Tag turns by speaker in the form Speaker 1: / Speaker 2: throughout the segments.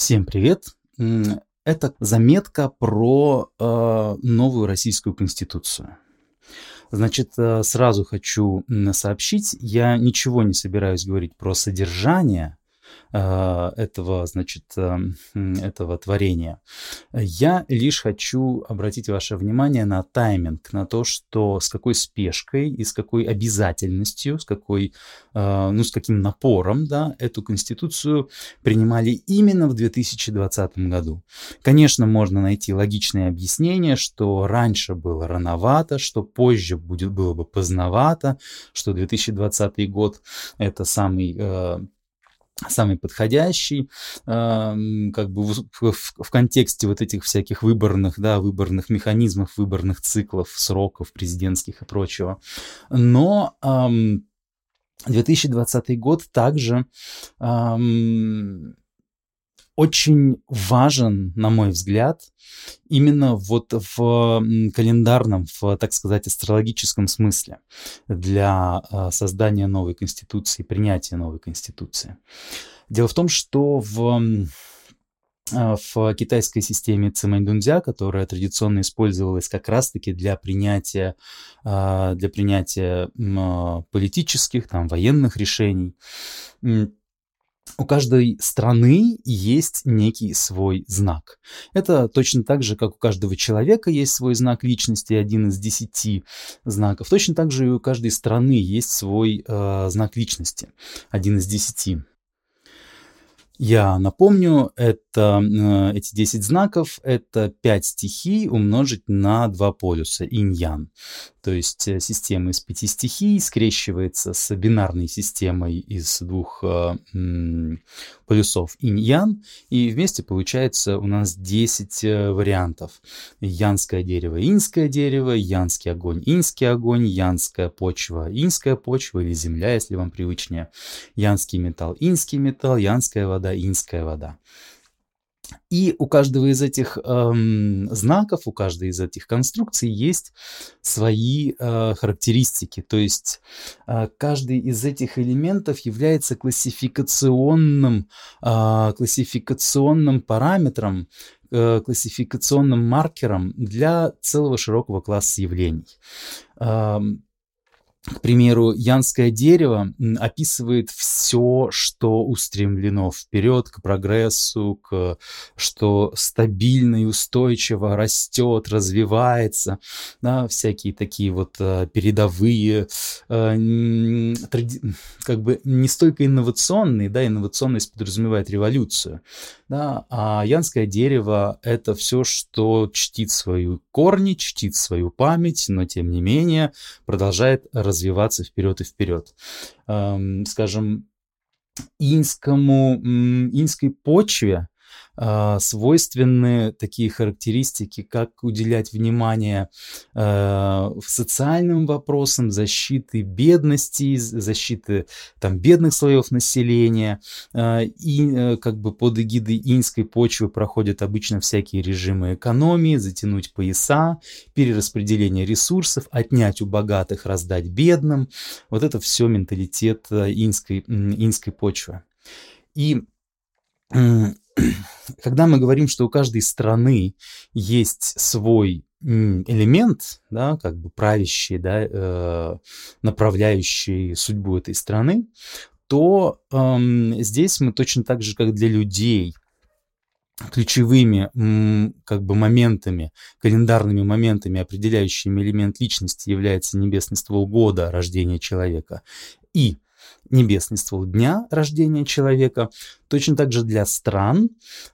Speaker 1: Всем привет! Это заметка про новую российскую конституцию. Значит, сразу хочу сообщить, я ничего не собираюсь говорить про содержание этого, значит, этого творения. Я лишь хочу обратить ваше внимание на тайминг, на то, что с какой спешкой и с какой обязательностью, с каким напором, да, эту конституцию принимали именно в 2020 году. Конечно, можно найти логичное объяснение, что раньше было рановато, что позже было бы поздновато, что 2020 год это самый подходящий, как бы в контексте вот этих всяких выборных механизмов, выборных циклов, сроков президентских и прочего. Но 2020 год также очень важен, на мой взгляд, именно вот в календарном, так сказать, астрологическом смысле для создания новой конституции, принятия новой конституции. Дело в том, что в китайской системе Цимэнь-Дунцзя, которая традиционно использовалась как раз-таки для принятия политических, военных решений, у каждой страны есть некий свой знак. Это точно так же, как у каждого человека есть свой знак личности, один из 10 знаков. Точно так же и у каждой страны есть свой знак личности, один из 10. Я напомню, эти 10 знаков – это 5 стихий умножить на 2 полюса, инь-ян. То есть система из 5 стихий скрещивается с бинарной системой из 2 полюсов инь-ян, и вместе получается у нас 10 вариантов. Янское дерево, иньское дерево, янский огонь, иньский огонь, янская почва, иньская почва или земля, если вам привычнее, янский металл, иньский металл, янская вода, иньская вода. И у каждого из этих знаков, у каждой из этих конструкций есть свои характеристики. То есть каждый из этих элементов является классификационным параметром, классификационным маркером для целого широкого класса явлений. К примеру, янское дерево описывает все, что устремлено вперед, к прогрессу, что стабильно и устойчиво растет, развивается, да, всякие такие вот передовые, как бы не столько инновационные, да, инновационность подразумевает революцию, да, а янское дерево – это все, что чтит свои корни, чтит свою память, но тем не менее продолжает развиваться вперед и вперед. Скажем, иньской почве свойственны такие характеристики, как уделять внимание социальным вопросам, защиты бедности, защиты бедных слоев населения. И как бы под эгидой иньской почвы проходят обычно всякие режимы экономии, затянуть пояса, перераспределение ресурсов, отнять у богатых, раздать бедным. Вот это все менталитет иньской почвы. И когда мы говорим, что у каждой страны есть свой элемент, да, как бы правящий, да, направляющий судьбу этой страны, то здесь мы точно так же, как для людей, ключевыми как бы моментами, календарными моментами, определяющими элемент личности, является небесный ствол года рождения человека и небесный ствол дня рождения человека. Точно так же для стран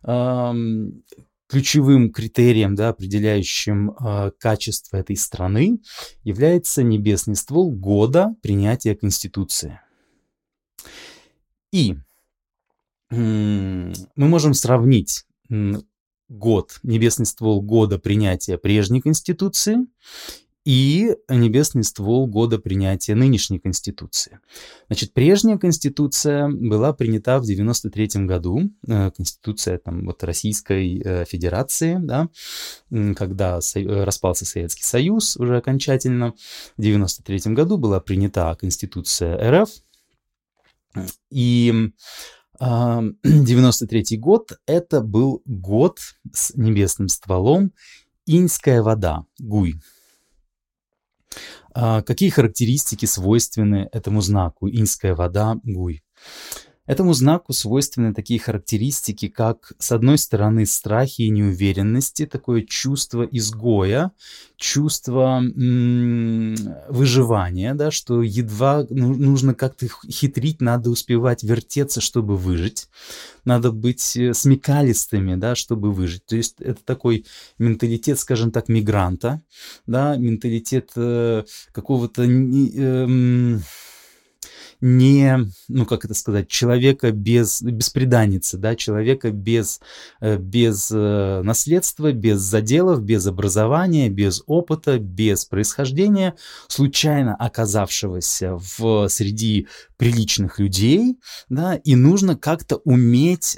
Speaker 1: ключевым критерием, да, определяющим качество этой страны, является небесный ствол года принятия Конституции. И мы можем сравнить небесный ствол года принятия прежней Конституции и небесный ствол года принятия нынешней Конституции. Значит, прежняя Конституция была принята в 1993 году, Конституция Российской Федерации, да, когда распался Советский Союз уже окончательно. В 1993 году была принята Конституция РФ, и 93-й год — это был год с небесным стволом, иньская вода, гуй. Какие характеристики свойственны этому знаку иньская вода, гуй? Этому знаку свойственны такие характеристики, как, с одной стороны, страхи и неуверенности, такое чувство изгоя, чувство выживания, да, что едва нужно как-то хитрить, надо успевать вертеться, чтобы выжить, надо быть смекалистыми, да, чтобы выжить. То есть это такой менталитет, скажем так, мигранта, да, менталитет какого-то человека без бесприданницы, да, человека без наследства, без заделов, без образования, без опыта, без происхождения, случайно оказавшегося среди приличных людей, да, и нужно как-то уметь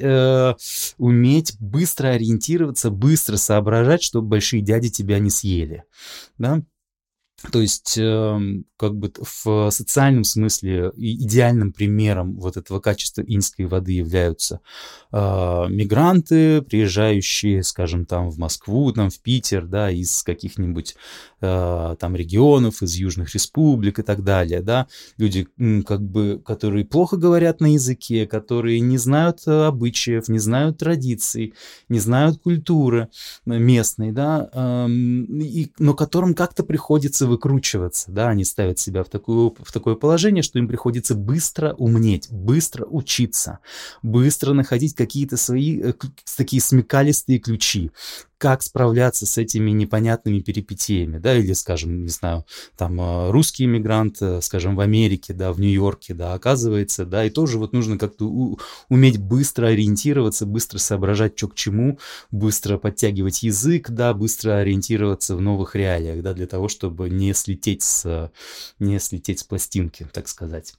Speaker 1: быстро ориентироваться, быстро соображать, чтобы большие дяди тебя не съели, да. То есть, как бы в социальном смысле идеальным примером вот этого качества иньской воды являются мигранты, приезжающие, скажем, там в Москву, там в Питер, да, из каких-нибудь там регионов, из южных республик и так далее, да, люди, как бы, которые плохо говорят на языке, которые не знают обычаев, не знают традиций, не знают культуры местной, да, но которым как-то приходится выкручиваться, да, они ставят себя в такое положение, что им приходится быстро умнеть, быстро учиться, быстро находить какие-то свои такие смекалистые ключи, как справляться с этими непонятными перипетиями, да, или, скажем, не знаю, там русский иммигрант, скажем, в Америке, да, в Нью-Йорке, да, оказывается, да, и тоже вот нужно как-то уметь быстро ориентироваться, быстро соображать, что к чему, быстро подтягивать язык, да, быстро ориентироваться в новых реалиях, да, для того, чтобы не слететь с пластинки, так сказать.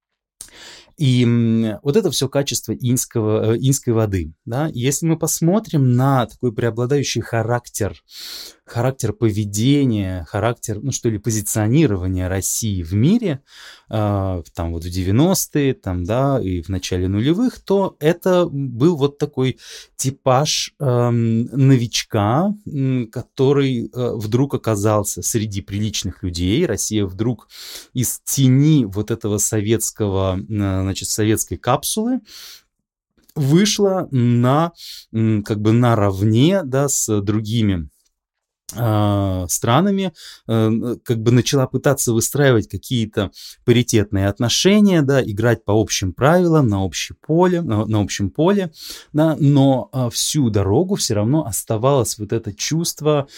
Speaker 1: И вот это все качество иньской воды. Да? Если мы посмотрим на такой преобладающий характер поведения, характер, позиционирования России в мире, там вот в 90-е, там, да, и в начале нулевых, то это был вот такой типаж новичка, который вдруг оказался среди приличных людей. Россия вдруг из тени вот этого советской капсулы вышла наравне, да, с другими странами, как бы начала пытаться выстраивать какие-то паритетные отношения, да, играть по общим правилам, на общем поле, да, но всю дорогу все равно оставалось вот это чувство,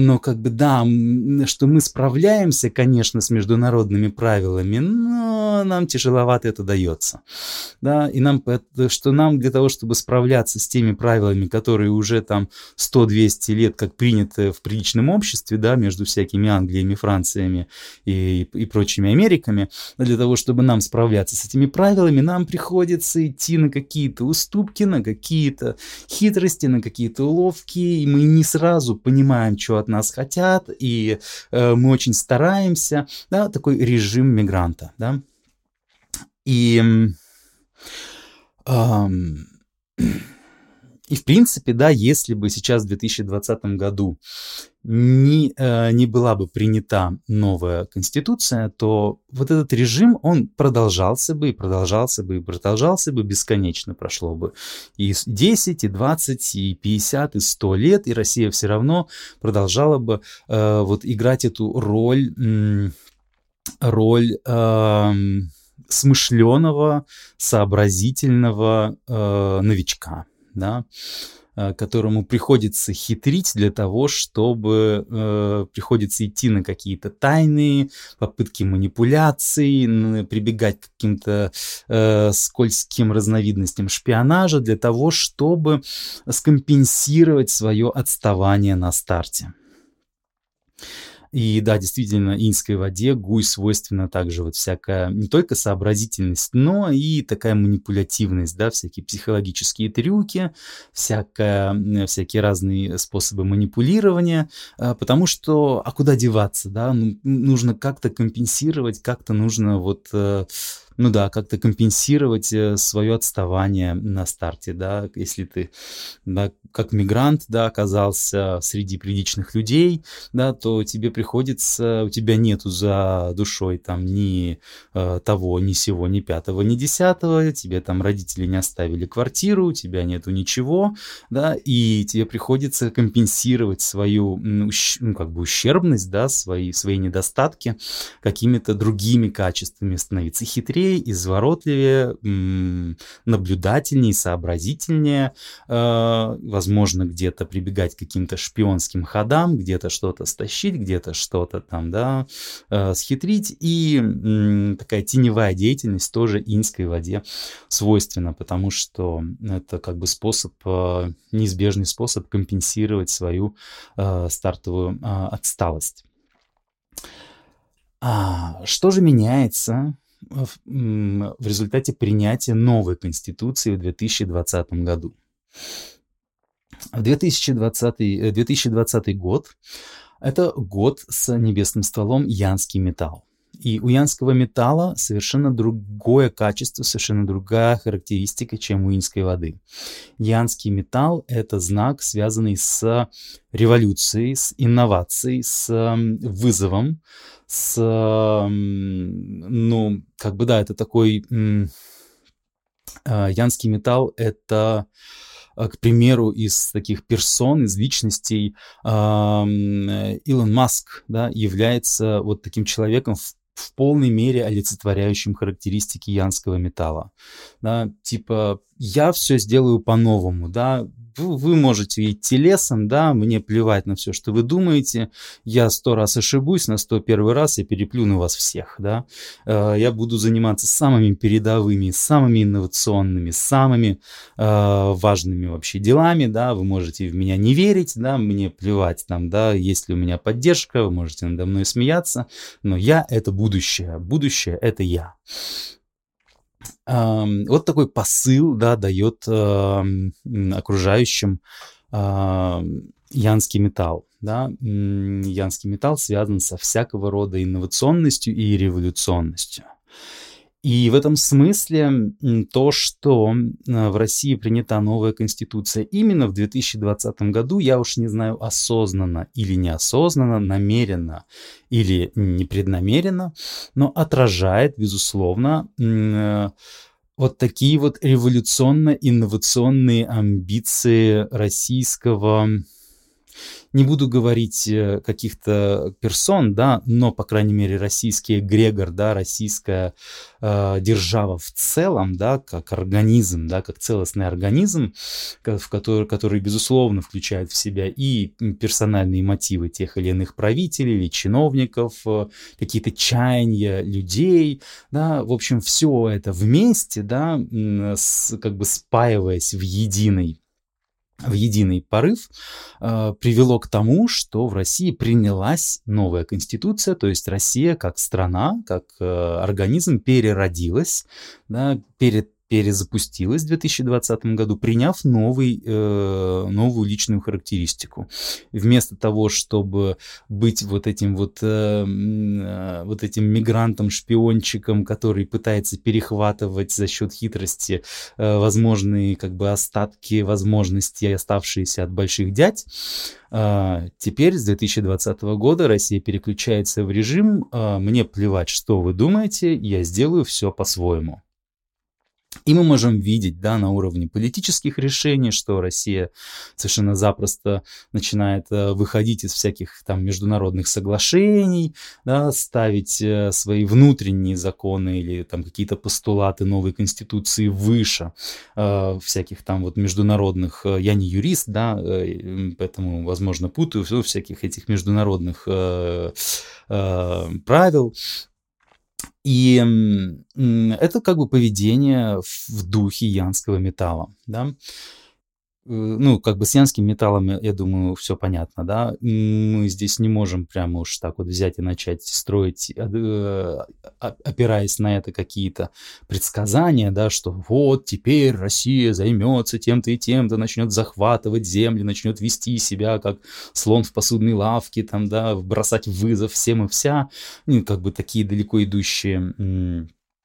Speaker 1: что мы справляемся, конечно, с международными правилами, но нам тяжеловато это дается, да, и нам для того, чтобы справляться с теми правилами, которые уже там 100-200 лет как приняты в приличном обществе, да, между всякими Англиями, Франциями и прочими Америками, для того, чтобы нам справляться с этими правилами, нам приходится идти на какие-то уступки, на какие-то хитрости, на какие-то уловки, и мы не сразу понимаем, что от нас хотят, и мы очень стараемся, да, такой режим мигранта, да, И в принципе, да, если бы сейчас в 2020 году не была бы принята новая конституция, то вот этот режим, он продолжался бы бесконечно, прошло бы и 10, и 20, и 50, и 100 лет, и Россия все равно продолжала бы вот играть эту роль смышленого, сообразительного новичка, да, которому приходится хитрить для того, чтобы приходится идти на какие-то тайные попытки манипуляций, прибегать к каким-то скользким разновидностям шпионажа для того, чтобы скомпенсировать свое отставание на старте. И да, действительно, иньской воде гуй свойственна также вот всякая не только сообразительность, но и такая манипулятивность, да, всякие психологические трюки, всякие разные способы манипулирования, потому что, куда деваться, да, нужно как-то компенсировать, как-то нужно вот ну да, как-то компенсировать свое отставание на старте, да, если ты, да, как мигрант, да, оказался среди приличных людей, да, то тебе приходится, у тебя нету за душой там ни того, ни сего, ни пятого, ни десятого, тебе там родители не оставили квартиру, у тебя нету ничего, да, и тебе приходится компенсировать свою, ну, как бы ущербность, да, свои недостатки какими-то другими качествами, становиться хитрее, изворотливее, наблюдательнее, сообразительнее, возможно, где-то прибегать к каким-то шпионским ходам, где-то что-то стащить, где-то что-то там, да, схитрить. И такая теневая деятельность тоже иньской воде свойственна, потому что это как бы способ, неизбежный способ компенсировать свою стартовую отсталость. Что же меняется в результате принятия новой Конституции в 2020 году? В 2020 год – это год с небесным стволом Янский металл. И у янского металла совершенно другое качество, совершенно другая характеристика, чем у иньской воды. Янский металл – это знак, связанный с революцией, с инновацией, с вызовом, с, ну, как бы, да, это такой… Янский металл – это, к примеру, из таких персон, из личностей Илон Маск, да, является вот таким человеком в полной мере олицетворяющим характеристики янского металла. Да, типа, я все сделаю по-новому, да, вы можете идти лесом, да, мне плевать на все, что вы думаете, я 100 раз ошибусь, на 101 раз я переплюну вас всех, да, я буду заниматься самыми передовыми, самыми инновационными, самыми важными вообще делами, да, вы можете в меня не верить, да, мне плевать там, да, есть ли у меня поддержка, вы можете надо мной смеяться, но я — это будущее, будущее — это я. Вот такой посыл, да, дает окружающим янский металл. Да? Янский металл связан со всякого рода инновационностью и революционностью. И в этом смысле то, что в России принята новая конституция именно в 2020 году, я уж не знаю, осознанно или неосознанно, намеренно или непреднамеренно, но отражает, безусловно, вот такие вот революционно-инновационные амбиции российского, не буду говорить каких-то персон, да, но, по крайней мере, российский эгрегор, да, российская держава в целом, да, как организм, да, как целостный организм, который, безусловно, включает в себя и персональные мотивы тех или иных правителей или чиновников, какие-то чаяния людей, да, в общем, все это вместе, да, как бы спаиваясь в единый порыв, привело к тому, что в России принялась новая конституция, то есть Россия как страна, как организм переродилась, да, перезапустилась в 2020 году, приняв новую личную характеристику. Вместо того, чтобы быть вот этим мигрантом-шпиончиком, который пытается перехватывать за счет хитрости возможные как бы остатки возможностей, оставшиеся от больших дядь, теперь с 2020 года Россия переключается в режим «мне плевать, что вы думаете, я сделаю все по-своему». И мы можем видеть, да, на уровне политических решений, что Россия совершенно запросто начинает выходить из всяких там международных соглашений, да, ставить свои внутренние законы или там какие-то постулаты новой конституции выше всяких там вот международных, я не юрист, да, поэтому, возможно, путаю все всяких этих международных правил. И это как бы поведение в духе янского металла, да. Ну, как бы с янским металлом, я думаю, все понятно, да. Мы здесь не можем прямо уж так вот взять и начать строить, опираясь на это какие-то предсказания, да, что вот теперь Россия займется тем-то и тем-то, начнет захватывать земли, начнет вести себя как слон в посудной лавке, там, да, бросать вызов всем и вся. Ну, как бы такие далеко идущие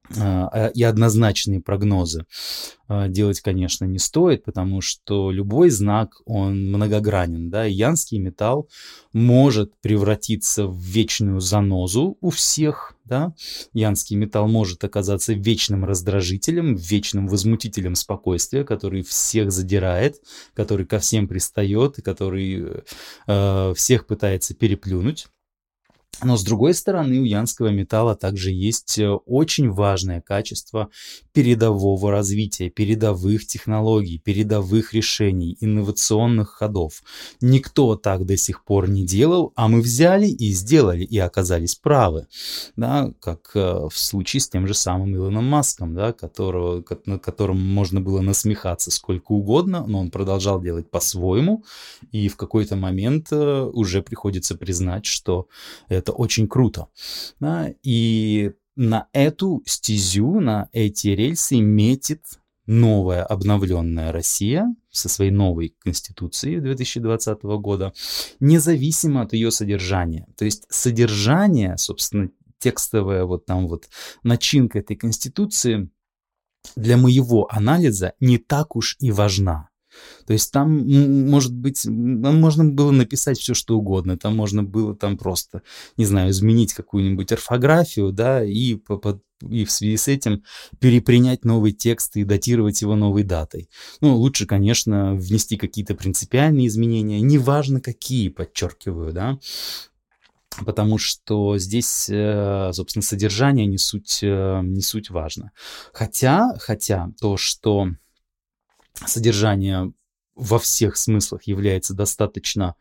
Speaker 1: и однозначные прогнозы делать, конечно, не стоит, потому что любой знак, он многогранен, да, и янский металл может превратиться в вечную занозу у всех, да, янский металл может оказаться вечным раздражителем, вечным возмутителем спокойствия, который всех задирает, который ко всем пристает и который всех пытается переплюнуть. Но с другой стороны, у янского металла также есть очень важное качество передового развития, передовых технологий, передовых решений, инновационных ходов. Никто так до сих пор не делал, а мы взяли и сделали, и оказались правы. Да, как в случае с тем же самым Илоном Маском, да, над которым можно было насмехаться сколько угодно, но он продолжал делать по-своему, и в какой-то момент уже приходится признать, что это очень круто. Да? И на эту стезю, на эти рельсы метит новая обновленная Россия со своей новой конституцией 2020 года, независимо от ее содержания. То есть содержание, собственно, текстовая вот там вот начинка этой конституции для моего анализа не так уж и важна. То есть там, может быть, можно было написать все, что угодно. Там можно было там просто, не знаю, изменить какую-нибудь орфографию, да, и в связи с этим перепринять новый текст и датировать его новой датой. Ну, лучше, конечно, внести какие-то принципиальные изменения, неважно какие, подчеркиваю, да, потому что здесь, собственно, содержание не суть важно. Хотя то, что содержание во всех смыслах является достаточно,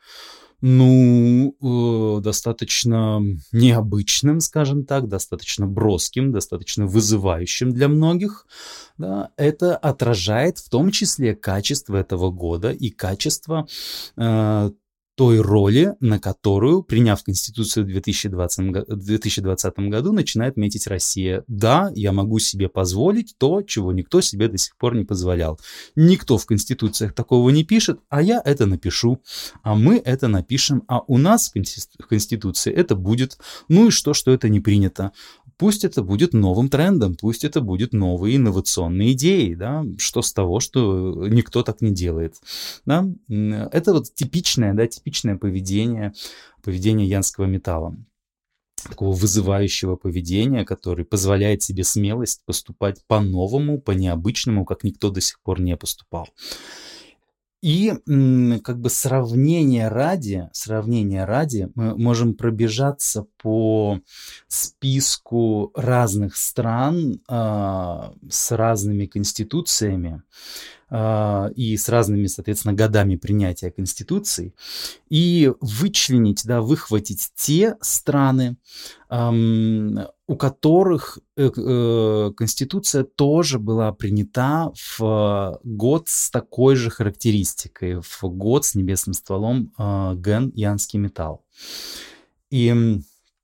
Speaker 1: достаточно необычным, скажем так, достаточно броским, достаточно вызывающим для многих, да, это отражает в том числе качество этого года и качество той роли, на которую, приняв Конституцию в 2020 году, начинает метить Россия. Да, я могу себе позволить то, чего никто себе до сих пор не позволял. Никто в Конституциях такого не пишет, а я это напишу, а мы это напишем, а у нас в Конституции это будет. Ну и что это не принято? Пусть это будет новым трендом, пусть это будут новые инновационные идеи, да, что с того, что никто так не делает, да? Это вот типичное поведение янского металла, такого вызывающего поведения, который позволяет себе смелость поступать по-новому, по-необычному, как никто до сих пор не поступал. И как бы сравнения ради мы можем пробежаться по списку разных стран с разными конституциями и с разными, соответственно, годами принятия конституций и вычленить, да, выхватить те страны, у которых конституция тоже была принята в год с такой же характеристикой, в год с небесным стволом ген янский металл. И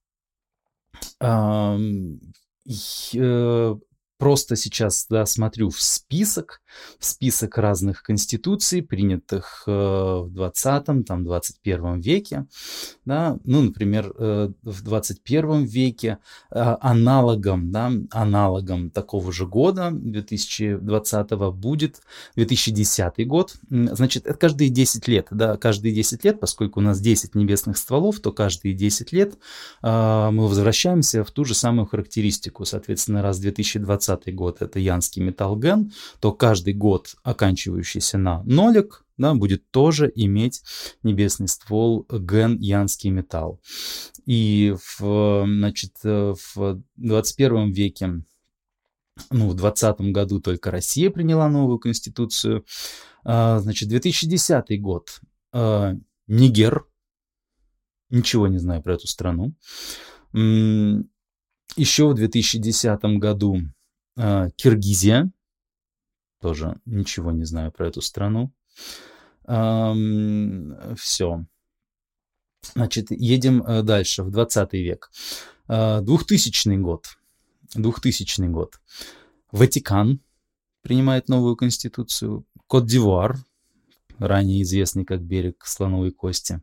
Speaker 1: просто сейчас, да, смотрю в список разных конституций, принятых в 20-21 веке. Да? Ну, например, в 21 веке аналогом такого же года, 2020 будет 2010 год. Значит, это каждые 10 лет. Да? Каждые 10 лет, поскольку у нас 10 небесных стволов, то каждые 10 лет мы возвращаемся в ту же самую характеристику. Соответственно, раз 2020 год это янский металл ген, то каждый год, оканчивающийся на нолик, да, будет тоже иметь небесный ствол ген янский металл. И в 21 веке, в 20 году только Россия приняла новую конституцию. Значит, 2010 год. Нигер. Ничего не знаю про эту страну. Еще в 2010 году Киргизия. Тоже ничего не знаю про эту страну. Все. Значит, едем дальше, в 20 век. 2000 год. Ватикан принимает новую конституцию. Кот-д'Ивуар, ранее известный как берег слоновой кости.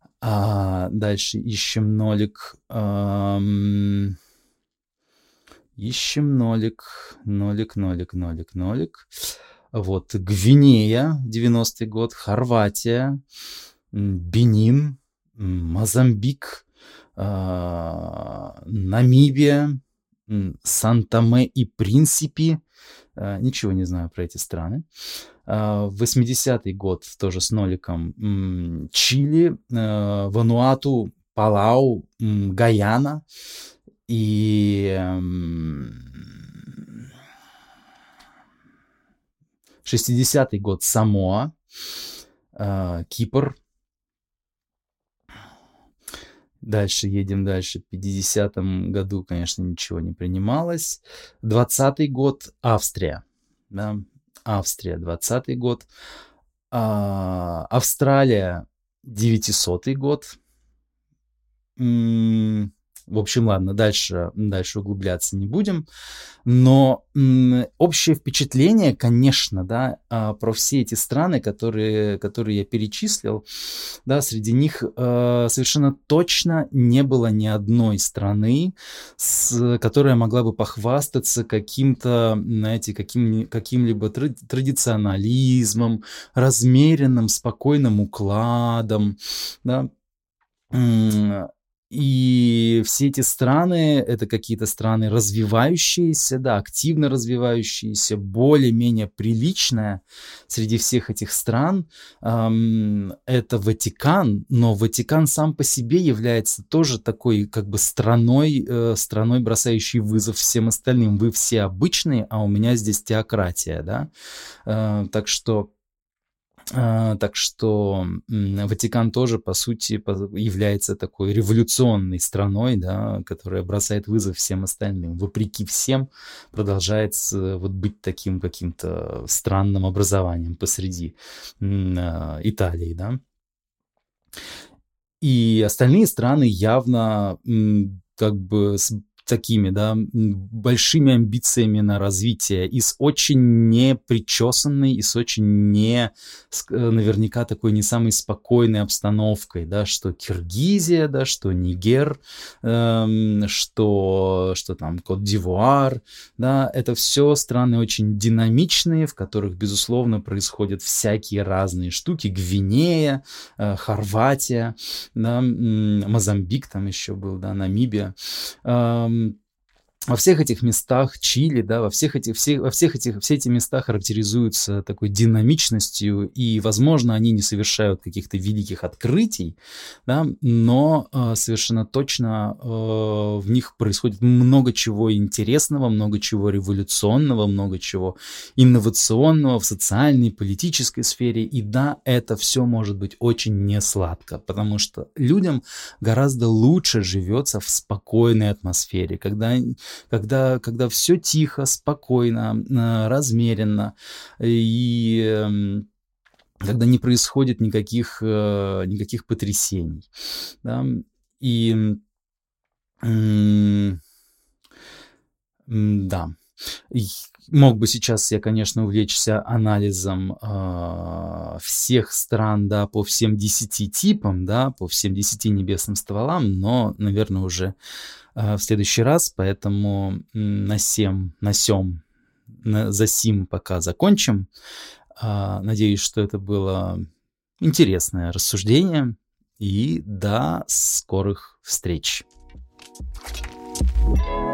Speaker 1: Дальше ищем нолик. Ищем нолик, нолик, нолик, нолик, нолик. Вот, Гвинея, 90-й год, Хорватия, Бенин, Мозамбик, Намибия, Сан-Томе и Принсипи. Ничего не знаю про эти страны. 80-й год тоже с ноликом. Чили, Вануату, Палау, Гаяна и 60-й год Самоа, Кипр. Дальше едем дальше. В 50-м году, конечно, ничего не принималось. 20-й год Австрия. Да? Австрия, 20-й год. Австралия, 900-й год. В общем, ладно, дальше углубляться не будем. Но общее впечатление, конечно, да, про все эти страны, которые я перечислил, да, среди них совершенно точно не было ни одной страны, которая могла бы похвастаться каким-то, знаете, каким-либо традиционализмом, размеренным, спокойным укладом, да. И все эти страны, это какие-то страны развивающиеся, да, активно развивающиеся, более-менее приличная среди всех этих стран. Это Ватикан, но Ватикан сам по себе является тоже такой как бы страной, бросающей вызов всем остальным. Вы все обычные, а у меня здесь теократия, да. Так что Ватикан тоже, по сути, является такой революционной страной, да, которая бросает вызов всем остальным. Вопреки всем продолжает вот быть таким каким-то странным образованием посреди Италии, да. И остальные страны явно как бы с такими, да, большими амбициями на развитие и с очень непричесанной, и с очень наверняка такой не самой спокойной обстановкой, да, что Киргизия, да, что Нигер, что там Кот-д'Ивуар, да, это все страны очень динамичные, в которых, безусловно, происходят всякие разные штуки. Гвинея, Хорватия, да, Мозамбик там еще был, да, Намибия. Во всех этих местах, Чили, да, все эти места характеризуются такой динамичностью, и, возможно, они не совершают каких-то великих открытий, да, но совершенно точно в них происходит много чего интересного, много чего революционного, много чего инновационного в социальной, политической сфере, и да, это все может быть очень несладко, потому что людям гораздо лучше живется в спокойной атмосфере, когда все тихо, спокойно, размеренно, и когда не происходит никаких потрясений. Да? И да. Мог бы сейчас я, конечно, увлечься анализом всех стран, да, по всем 10 типам, да, по всем 10 небесным стволам, но, наверное, уже в следующий раз, поэтому за сим пока закончим. Надеюсь, что это было интересное рассуждение, и до скорых встреч.